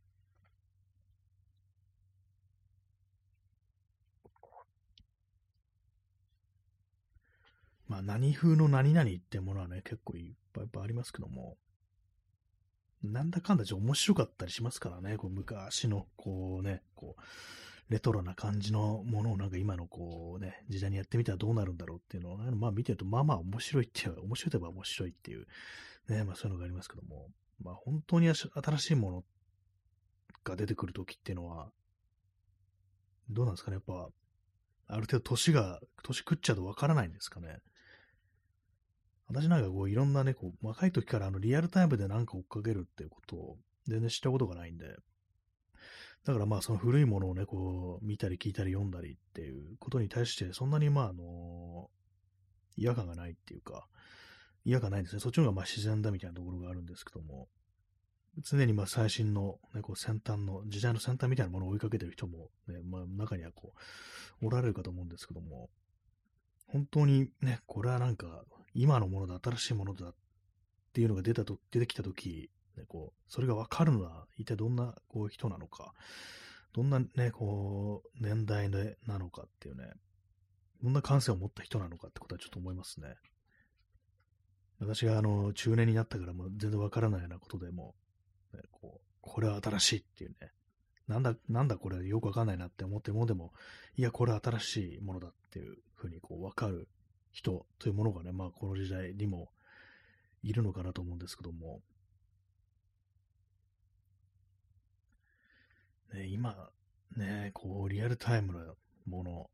まあ、何風の何々ってものはね、結構いっぱいいっぱいありますけども、なんだかんだちょっと面白かったりしますからね、こう昔の、こうね、こう、レトロな感じのものをなんか今のこうね、時代にやってみたらどうなるんだろうっていうのを、まあ見てると、まあまあ面白いっていう、面白いといえば面白いっていう、ね、まあそういうのがありますけども、まあ本当に新しいものが出てくるときっていうのは、どうなんですかね、やっぱ、ある程度年が、年食っちゃうとわからないんですかね。私なんかこういろんなね、こう若い時からあのリアルタイムでなんか追っかけるっていうことを全然知ったことがないんで、だからまあその古いものをね、こう見たり聞いたり読んだりっていうことに対してそんなにまああの違和感がないっていうか、違和感ないんですね。そっちの方がまあ自然だみたいなところがあるんですけども、常にまあ最新の、ね、こう先端の、時代の先端みたいなものを追いかけてる人も、ね、まあ中にはこう、おられるかと思うんですけども、本当にね、これはなんか今のものだ、新しいものだっていうのが出たと、出てきたとき、ね、こう、それがわかるのは、一体どんなこう人なのか、どんなね、こう、年代でなのかっていうね、どんな感性を持った人なのかってことはちょっと思いますね。私があの、中年になったからもう全然わからないようなことでも、ね、こう、これは新しいっていうね、なんだ、なんだこれよくわかんないなって思ってるものでも、いや、これは新しいものだっていうふうにこう、わかる人というものがね、まあ、この時代にもいるのかなと思うんですけども、 ね、今、ね、こう、リアルタイムのもの、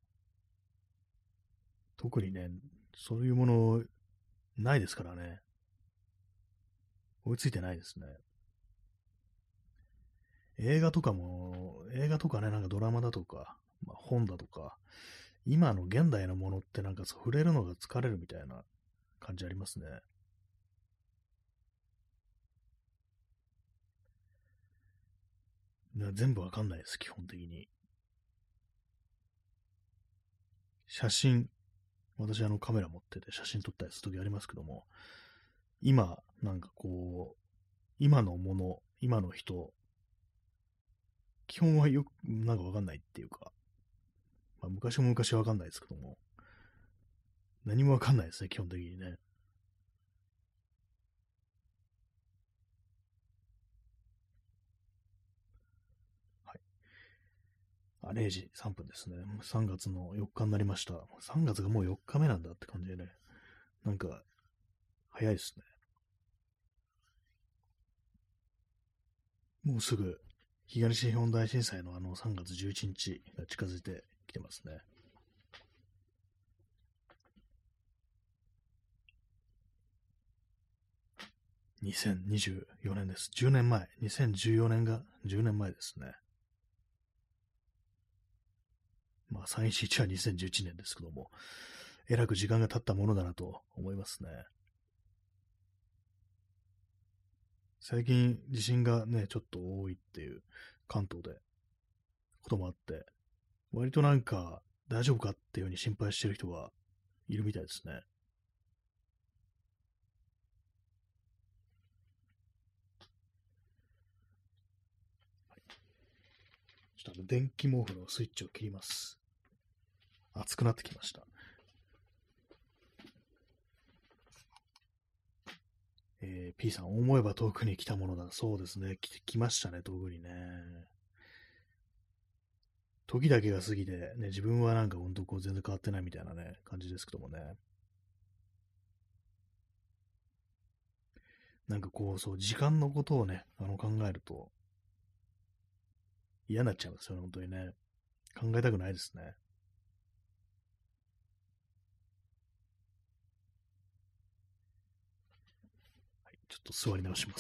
特にね、そういうもの、ないですからね。追いついてないですね。映画とかも、映画とかね、なんかドラマだとか、まあ、本だとか、今の現代のものってなんかそう触れるのが疲れるみたいな感じありますね。ね全部わかんないです、基本的に。写真、私あのカメラ持ってて写真撮ったりするときありますけども、今、なんかこう、今のもの、今の人、基本はよく、なんかわかんないっていうか、まあ、昔も昔わかんないですけども、何もわかんないですね、基本的にね。はい。あ、れいじさんぷんですね。さんがつのよっかになりました。さんがつがもうよっかめなんだって感じでね。なんか、早いですね。もうすぐ、東日本大震災のあのさんがつじゅういちにちが近づいてきてますね。にせんにじゅうよねんです。じゅうねんまえ。にせんじゅうよねんがじゅうねんまえですね。まあ、さんいちいちはにせんじゅういちねんですけども、えらく時間が経ったものだなと思いますね。最近地震がね、ちょっと多いっていう関東でこともあって、割となんか大丈夫かっていうふうに心配してる人がいるみたいですね。ちょっとあの電気毛布のスイッチを切ります。熱くなってきました。えー、P さん、思えば遠くに来たものだ。そうですね。来来ましたね、遠くにね。時だけが過ぎて、ね、自分はなんか本当こう全然変わってないみたいなね、感じですけどもね。なんかこう、そう、時間のことをね、あの考えると嫌になっちゃうんですよね、本当にね。考えたくないですね。はい、ちょっと座り直します。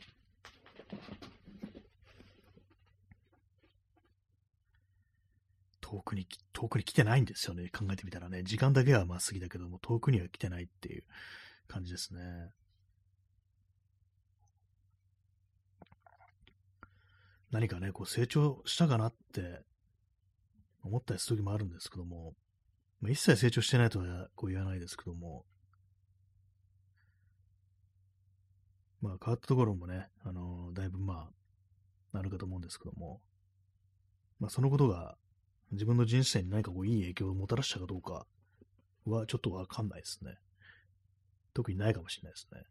遠くに、遠くに来てないんですよね、考えてみたらね。時間だけはまあ過ぎだけども、遠くには来てないっていう感じですね。何かね、こう成長したかなって思ったりする時もあるんですけども、まあ、一切成長してないとはこう言わないですけども、まあ変わったところもね、あのーだいぶまあ、なるかと思うんですけども、まあそのことが自分の人生に何かこういい影響をもたらしたかどうかはちょっとわかんないですね。特にないかもしれないですね。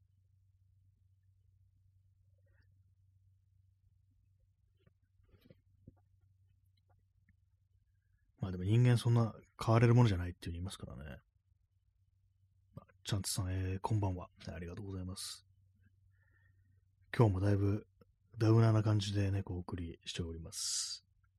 まあでも人間そんな変われるものじゃないっていうふうに言いますからね。まあ、チャンツさん、えー、こんばんは。ありがとうございます。今日もだいぶダウナーな感じでね、こうお送りしております。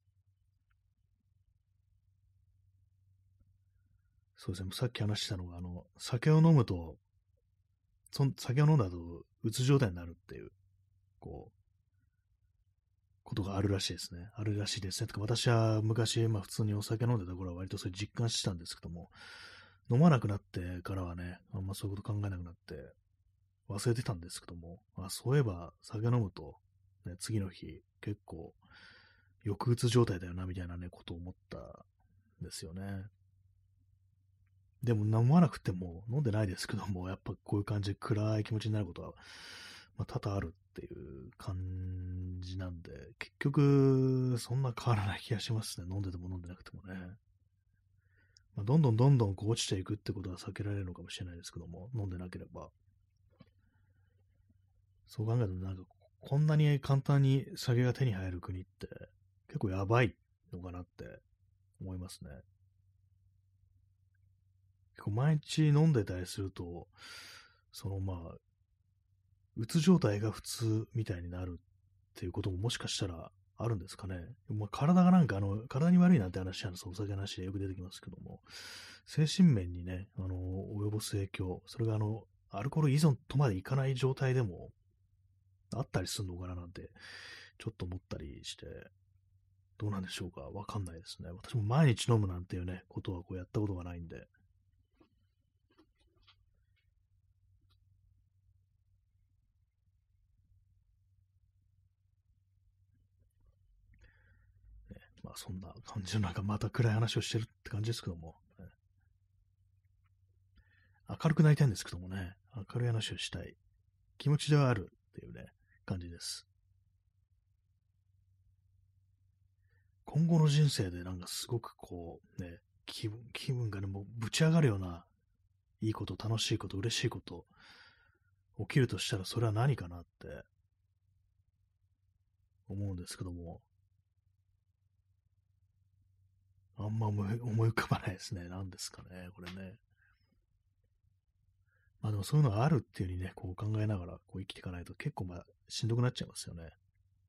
そうですね、さっき話したのが、あの、酒を飲むと、そん酒を飲んだと、うつ状態になるっていう、こう、ことがあるらしいですね。あるらしいですね。とか私は昔、まあ普通にお酒飲んでた頃は割とそれ実感してたんですけども、飲まなくなってからはね、あんまそういうこと考えなくなって、忘れてたんですけども、あ、そういえば酒飲むと、ね、次の日、結構、抑うつ状態だよな、みたいなね、ことを思ったんですよね。でも飲まなくても、飲んでないですけども、やっぱこういう感じで暗い気持ちになることは、まあ、多々あるっていう感じなんで、結局、そんな変わらない気がしますね。飲んでても飲んでなくてもね。まあ、どんどんどんどんこう落ちていくってことは避けられるのかもしれないですけども、飲んでなければ。そう考えると、なんか、こんなに簡単に酒が手に入る国って結構やばいのかなって思いますね。結構毎日飲んでたりすると、そのまあ、うつ状態が普通みたいになるっていうことももしかしたらあるんですかね。まあ、体がなんか、あの、体に悪いなんて話はお酒の話でよく出てきますけども、精神面にね、あの、及ぼす影響、それがあの、アルコール依存とまでいかない状態でもあったりするのかななんて、ちょっと思ったりして、どうなんでしょうか。わかんないですね。私も毎日飲むなんていうね、ことはこうやったことがないんで。ね、まあそんな感じのなんかまた暗い話をしてるって感じですけども、ね、明るくなりたいんですけどもね、明るい話をしたい気持ちではあるっていうね、感じです。今後の人生でなんかすごくこうね、気分、気分がね、もうぶち上がるような、いいこと、楽しいこと、嬉しいこと、起きるとしたらそれは何かなって思うんですけども、あんま思い思い浮かばないですね。何ですかね、これね。まあでもそういうのがあるっていうふうにね、こう考えながらこう生きていかないと結構まあしんどくなっちゃいますよね。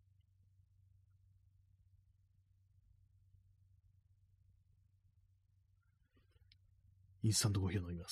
インスタントコーヒーを飲みます。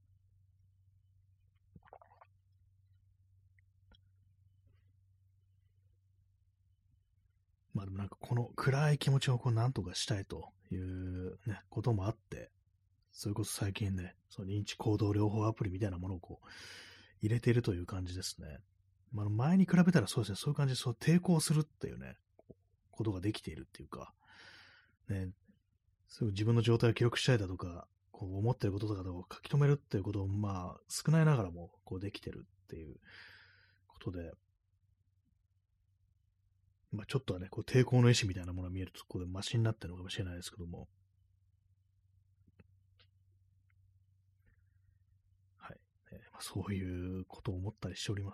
まあでもなんかこの暗い気持ちをこうなんとかしたいというね、こともあって、それこそ最近ね、その認知行動療法アプリみたいなものをこう入れているという感じですね。まあ、前に比べたらそうですね、そういう感じでそう抵抗するっていうね、ことができているっていうか、ね、そういう自分の状態を記録したいだとか、こう思ってることとかを書き留めるっていうことを、まあ、少ないながらもこうできてるっていうことで、まあ、ちょっとはね、こう抵抗の意志みたいなものが見えると、ここでマシになってるのかもしれないですけども、はい。えーまあ、そういうことを思ったりしております。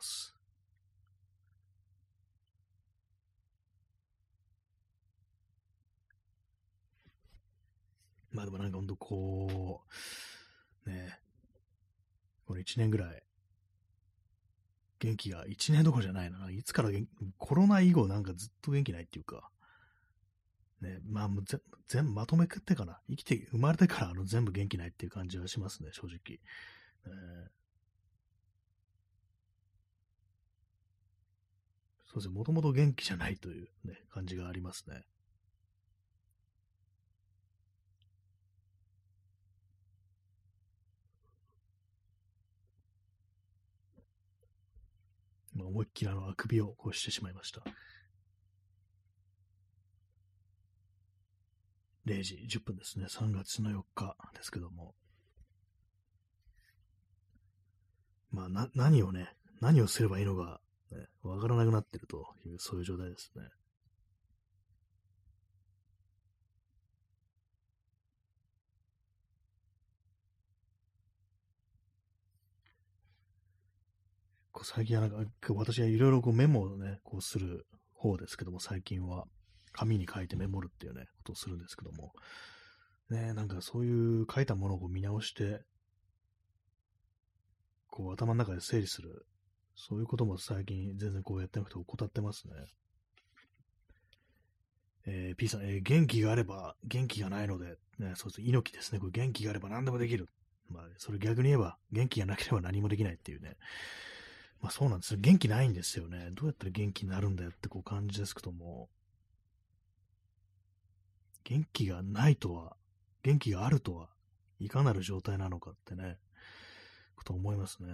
まあでもなんかほんとこう、ね、このいちねんぐらい、元気が、いちねんどころじゃないな。いつから元コロナ以後なんかずっと元気ないっていうか、ね、まあ、もうぜ全部まとめくってかな。生きて、生まれてからあの全部元気ないっていう感じはしますね、正直。えーそうですね、もともと元気じゃないというね、感じがありますね。まあ、思いっきりあの、あくびをこうしてしまいました。れいじじゅっぷんですね。さんがつのよっかですけども。まあ、な、何をね、何をすればいいのか、ね、わからなくなってるという、そういう状態ですね。こう最近はなんか、私はいろいろこうメモをね、こうする方ですけども、最近は。紙に書いてメモるっていうね、ことをするんですけども。ね、なんかそういう書いたものをこう見直して、こう頭の中で整理する。そういうことも最近全然こうやってなくて怠ってますね。えー、P さん、えー元気があれば元気がないので、ね、そうです。猪木ですね。これ元気があれば何でもできる。まあ、それ逆に言えば、元気がなければ何もできないっていうね。まあそうなんですよ。元気ないんですよね。どうやったら元気になるんだよってこう感じですけども、元気がないとは、元気があるとは、いかなる状態なのかってね、こと思いますね。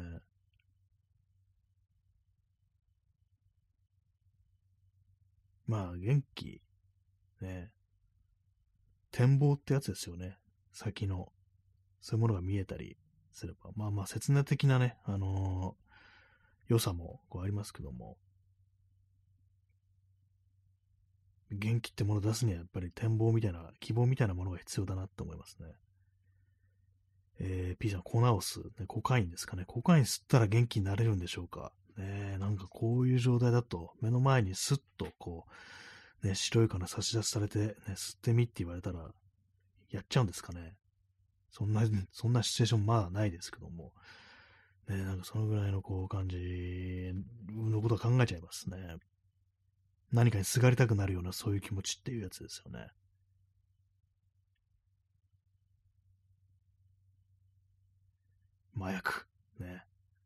まあ元気、ね、展望ってやつですよね。先の、そういうものが見えたりすれば、まあまあ、刹那的なね、あのー良さもこうありますけども、元気ってものを出すにはやっぱり展望みたいな、希望みたいなものが必要だなって思いますね。えー、P さん、粉を吸う、ね、コカインですかね。コカイン吸ったら元気になれるんでしょうか。ね、なんかこういう状態だと、目の前にスッとこう、ね、白い粉差し出しされて、ね、吸ってみって言われたら、やっちゃうんですかね。そんな、そんなシチュエーションまだないですけども、ね、なんかそのぐらいのこう感じのことは考えちゃいますね。 何かにすがりたくなるようなそういう気持ちっていうやつですよね。麻薬。ね。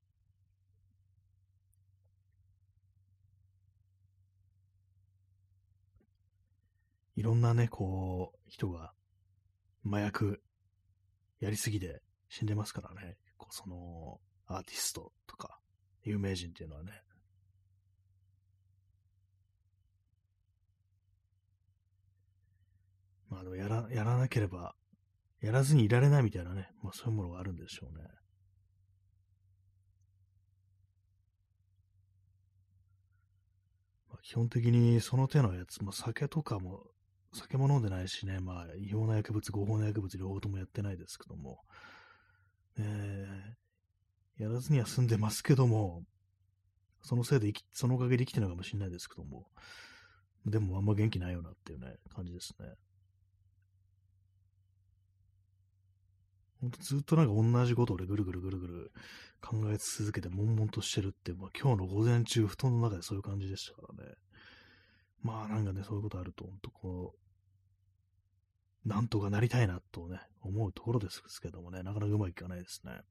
いろんなね、こう、人が麻薬やりすぎで死んでますからね。こうその、アーティストとか、有名人っていうのはね。まあでもやら、やらなければ、やらずにいられないみたいなね、まあそういうものがあるんでしょうね。まあ、基本的にその手のやつ、まあ酒とかも、酒も飲んでないしね、まあ違法な薬物、合法な薬物両方ともやってないですけども、えー、やらずには済んでますけども、そのせいで生き、そのおかげで生きてるのかもしれないですけども、でもあんま元気ないよなっていうね、感じですね。ほんとずっとなんか同じことを俺ぐるぐるぐるぐる考え続けて悶々としてるって、まあ今日の午前中、布団の中でそういう感じでしたからね。まあなんかね、そういうことあると、ほんとこう、なんとかなりたいなとね、思うところですけどもね、なかなかうまくいかないですね。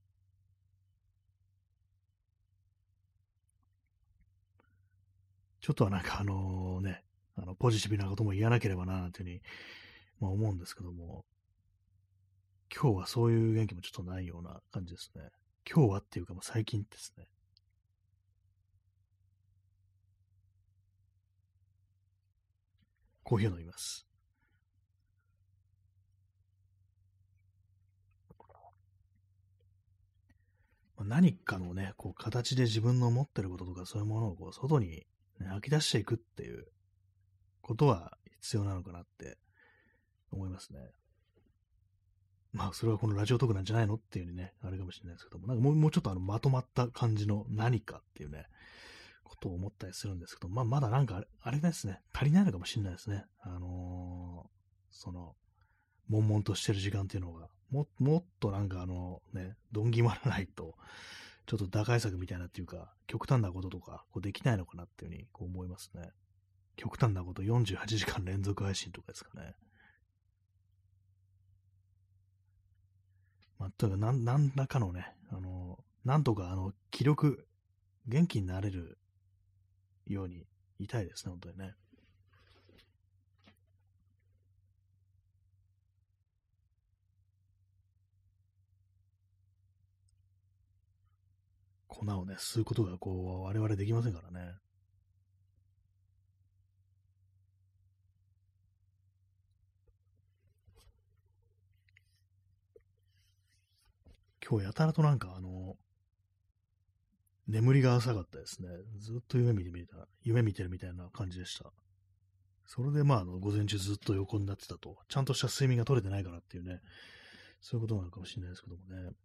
ちょっとはなんかあのね、あの、ポジティブなことも言わなければな、なんていうふうに、まあ、思うんですけども、今日はそういう元気もちょっとないような感じですね。今日はっていうかもう最近ですね。コーヒーを飲みます。まあ、何かのね、こう形で自分の持ってることとかそういうものをこう外に、ね、吐き出していくっていうことは必要なのかなって思いますね。まあ、それはこのラジオトークなんじゃないのっていうにね、あれかもしれないですけども、なんかもうもうちょっとあのまとまった感じの何かっていうね、ことを思ったりするんですけど、まあ、まだなんかあれ、あれですね、足りないのかもしれないですね。あのーその、悶々としてる時間っていうのが、も、もっとなんかあのね、どんぎまらないと、ちょっと打開策みたいなっていうか、極端なこととか、こうできないのかなっていうふうにこう思いますね。極端なことよんじゅうはちじかん連続配信とかですかね。まあ、というか、なん、何らかのね、あの、なんとかあの、気力、元気になれるようにいたいですね、本当にね。粉をね、吸うことがこう、我々できませんからね。今日やたらとなんかあの、眠りが浅かったですね。ずっと夢見てみた、夢見てるみたいな感じでした。それでまあ、あの、午前中ずっと横になってたと。ちゃんとした睡眠が取れてないからっていうね、そういうことなのかもしれないですけどもね。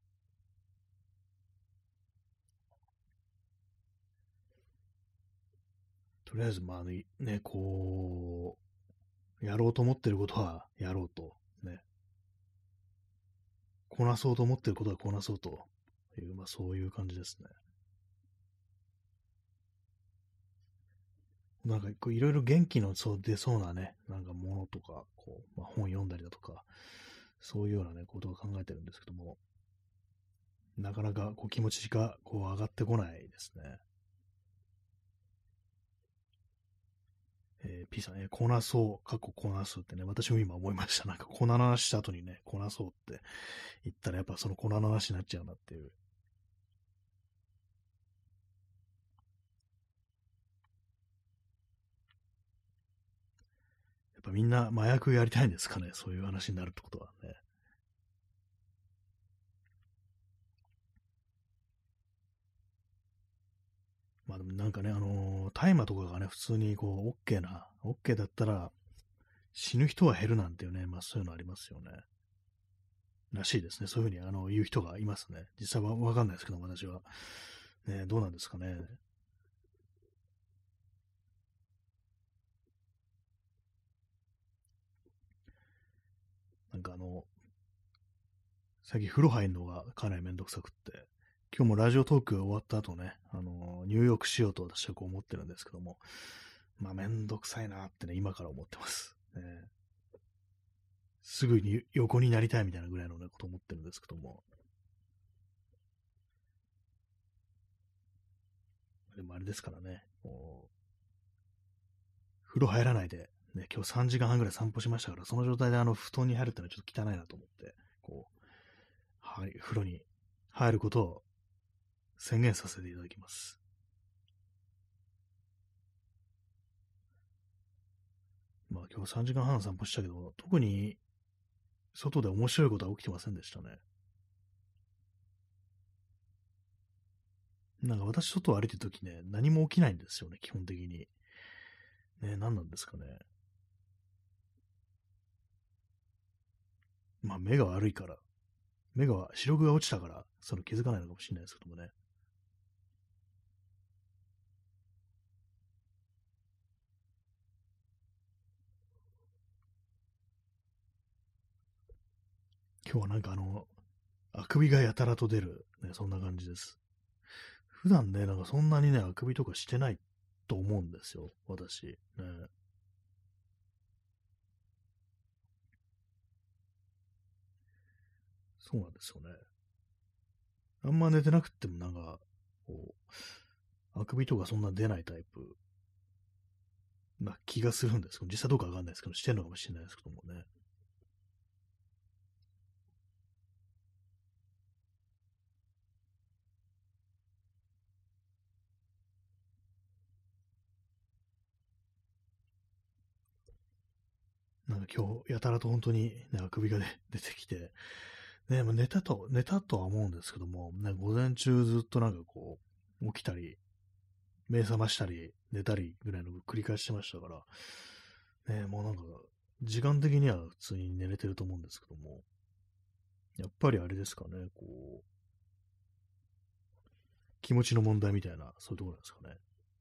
とりあえず、まあね、ねこう、やろうと思ってることはやろうと。ね。こなそうと思ってることはこなそうという、まあそういう感じですね。なんか、こういろいろ元気のそう出そうなね、なんかものとか、こう、まあ、本読んだりだとか、そういうようなね、ことを考えてるんですけども、なかなかこう気持ちがこう上がってこないですね。えー、P さん、えー、こなそう、過去こなすってね、私も今思いました。なんか粉の話した後にね、こなそうって言ったらやっぱその粉の話になっちゃうなっていう。やっぱみんな麻薬やりたいんですかね、そういう話になるってことはね。まあでもなんかね、あのー大麻とかがね、普通にこう、OK な、OK だったら死ぬ人は減るなんていうね、まあそういうのありますよね。らしいですね。そういうふうにあの言う人がいますね。実際はわかんないですけど、私は。ね、どうなんですかね。なんかあの、最近風呂入るのがかなりめんどくさくって、今日もラジオトーク終わった後ね、あの、入浴しようと私はこう思ってるんですけども、 まあ、めんどくさいなってね、今から思ってます。ね、すぐに横になりたいみたいなぐらいのね、こと思ってるんですけども。でもあれですからね、もう、風呂入らないで、ね、今日さんじかんはんぐらい散歩しましたから、その状態であの布団に入るってのはちょっと汚いなと思って、こう、はい、風呂に入ることを宣言させていただきます。まあ今日さんじかんはん散歩したけど、特に外で面白いことは起きてませんでしたね。なんか私外を歩いてるときね、何も起きないんですよね、基本的に。ね、何なんですかね。まあ目が悪いから、目が、視力が落ちたから、その気づかないのかもしれないですけどもね。今日はなんかあの、あくびがやたらと出る、ね、そんな感じです。普段ね、なんかそんなにね、あくびとかしてないと思うんですよ、私。ね、そうなんですよね。あんま寝てなくってもなんか、こう、あくびとかそんな出ないタイプな気がするんですけど、実際どうかわかんないですけど、してんのかもしれないですけどもね。なんか今日、やたらと本当にね、あくびが、ね、出てきて、ね、まあ、寝たと、寝たとは思うんですけども、ね、午前中ずっとなんかこう、起きたり、目覚ましたり、寝たりぐらいの繰り返してましたから、ね、もうなんか、時間的には普通に寝れてると思うんですけども、やっぱりあれですかね、こう、気持ちの問題みたいな、そういうところなんですかね。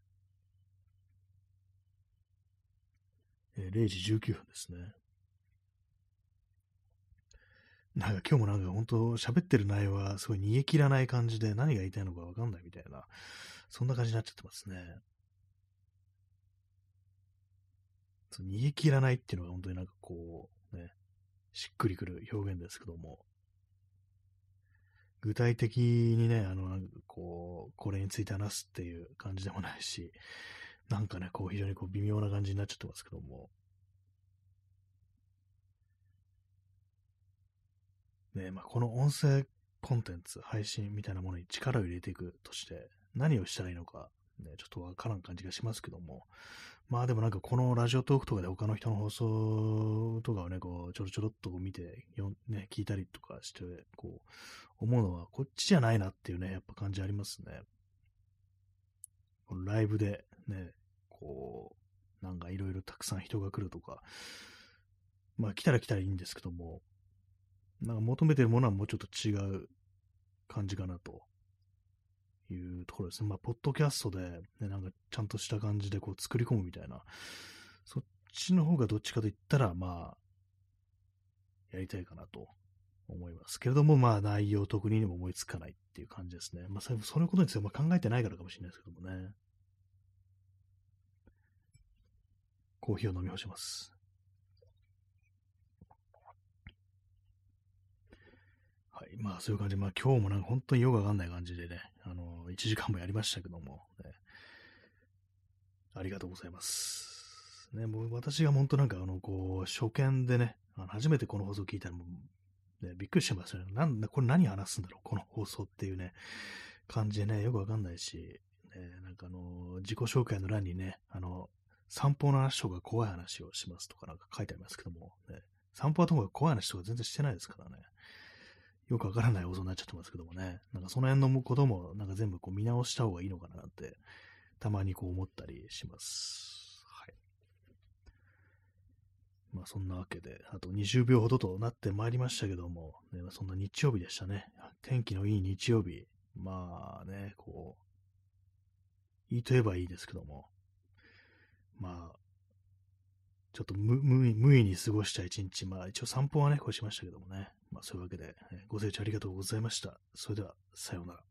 えー、れいじじゅうきゅうふんですね。なんか今日もなんか本当喋ってる内容はすごい煮え切らない感じで何が言いたいのかわかんないみたいな、そんな感じになっちゃってますね。そう煮え切らないっていうのが本当になんかこう、ね、しっくりくる表現ですけども、具体的にね、あの、なんかこう、これについて話すっていう感じでもないし、なんかね、こう非常にこう微妙な感じになっちゃってますけども、ね、まあ、この音声コンテンツ、配信みたいなものに力を入れていくとして、何をしたらいいのか、ね、ちょっとわからん感じがしますけども、まあでもなんかこのラジオトークとかで他の人の放送とかをね、こう、ちょろちょろっと見て、よね、聞いたりとかして、こう、思うのは、こっちじゃないなっていうね、やっぱ感じありますね。このライブでね、こう、なんかいろいろたくさん人が来るとか、まあ来たら来たらいいんですけども、なんか求めてるものはもうちょっと違う感じかなというところですね。まあ、ポッドキャストで、ね、なんかちゃんとした感じでこう作り込むみたいな、そっちの方がどっちかと言ったら、まあ、やりたいかなと思いますけれども、まあ、内容特にも思いつかないっていう感じですね。まあ、そそのことについてまあ考えてないからかもしれないですけどもね。コーヒーを飲み干します。はい。まあ、そういう感じで、まあ、今日もなんか本当によくわかんない感じでね、あの、いちじかんもやりましたけども、ね、ありがとうございます。ね、もう私が本当なんか、あの、こう、初見でね、あの初めてこの放送を聞いたらもう、ね、びっくりしてますよね。なんだ、これ何話すんだろう、この放送っていうね、感じでね、よくわかんないし、ね、なんかあの、自己紹介の欄にね、あの、散歩の話とか怖い話をしますとかなんか書いてありますけども、ね、散歩はともかく怖い話とか全然してないですからね。よくわからない放送になっちゃってますけどもね。なんかその辺のこともなんか全部こう見直した方がいいのかななんて、たまにこう思ったりします。はい。まあそんなわけで、あとにじゅうびょうほどとなってまいりましたけども、ね、そんな日曜日でしたね。天気のいい日曜日。まあね、こう、いいと言えばいいですけども、まあ、ちょっと無無無意に過ごした一日、まあ一応散歩はね、こうしましたけどもね。まあそういうわけで、えご清聴ありがとうございました。それでは、さようなら。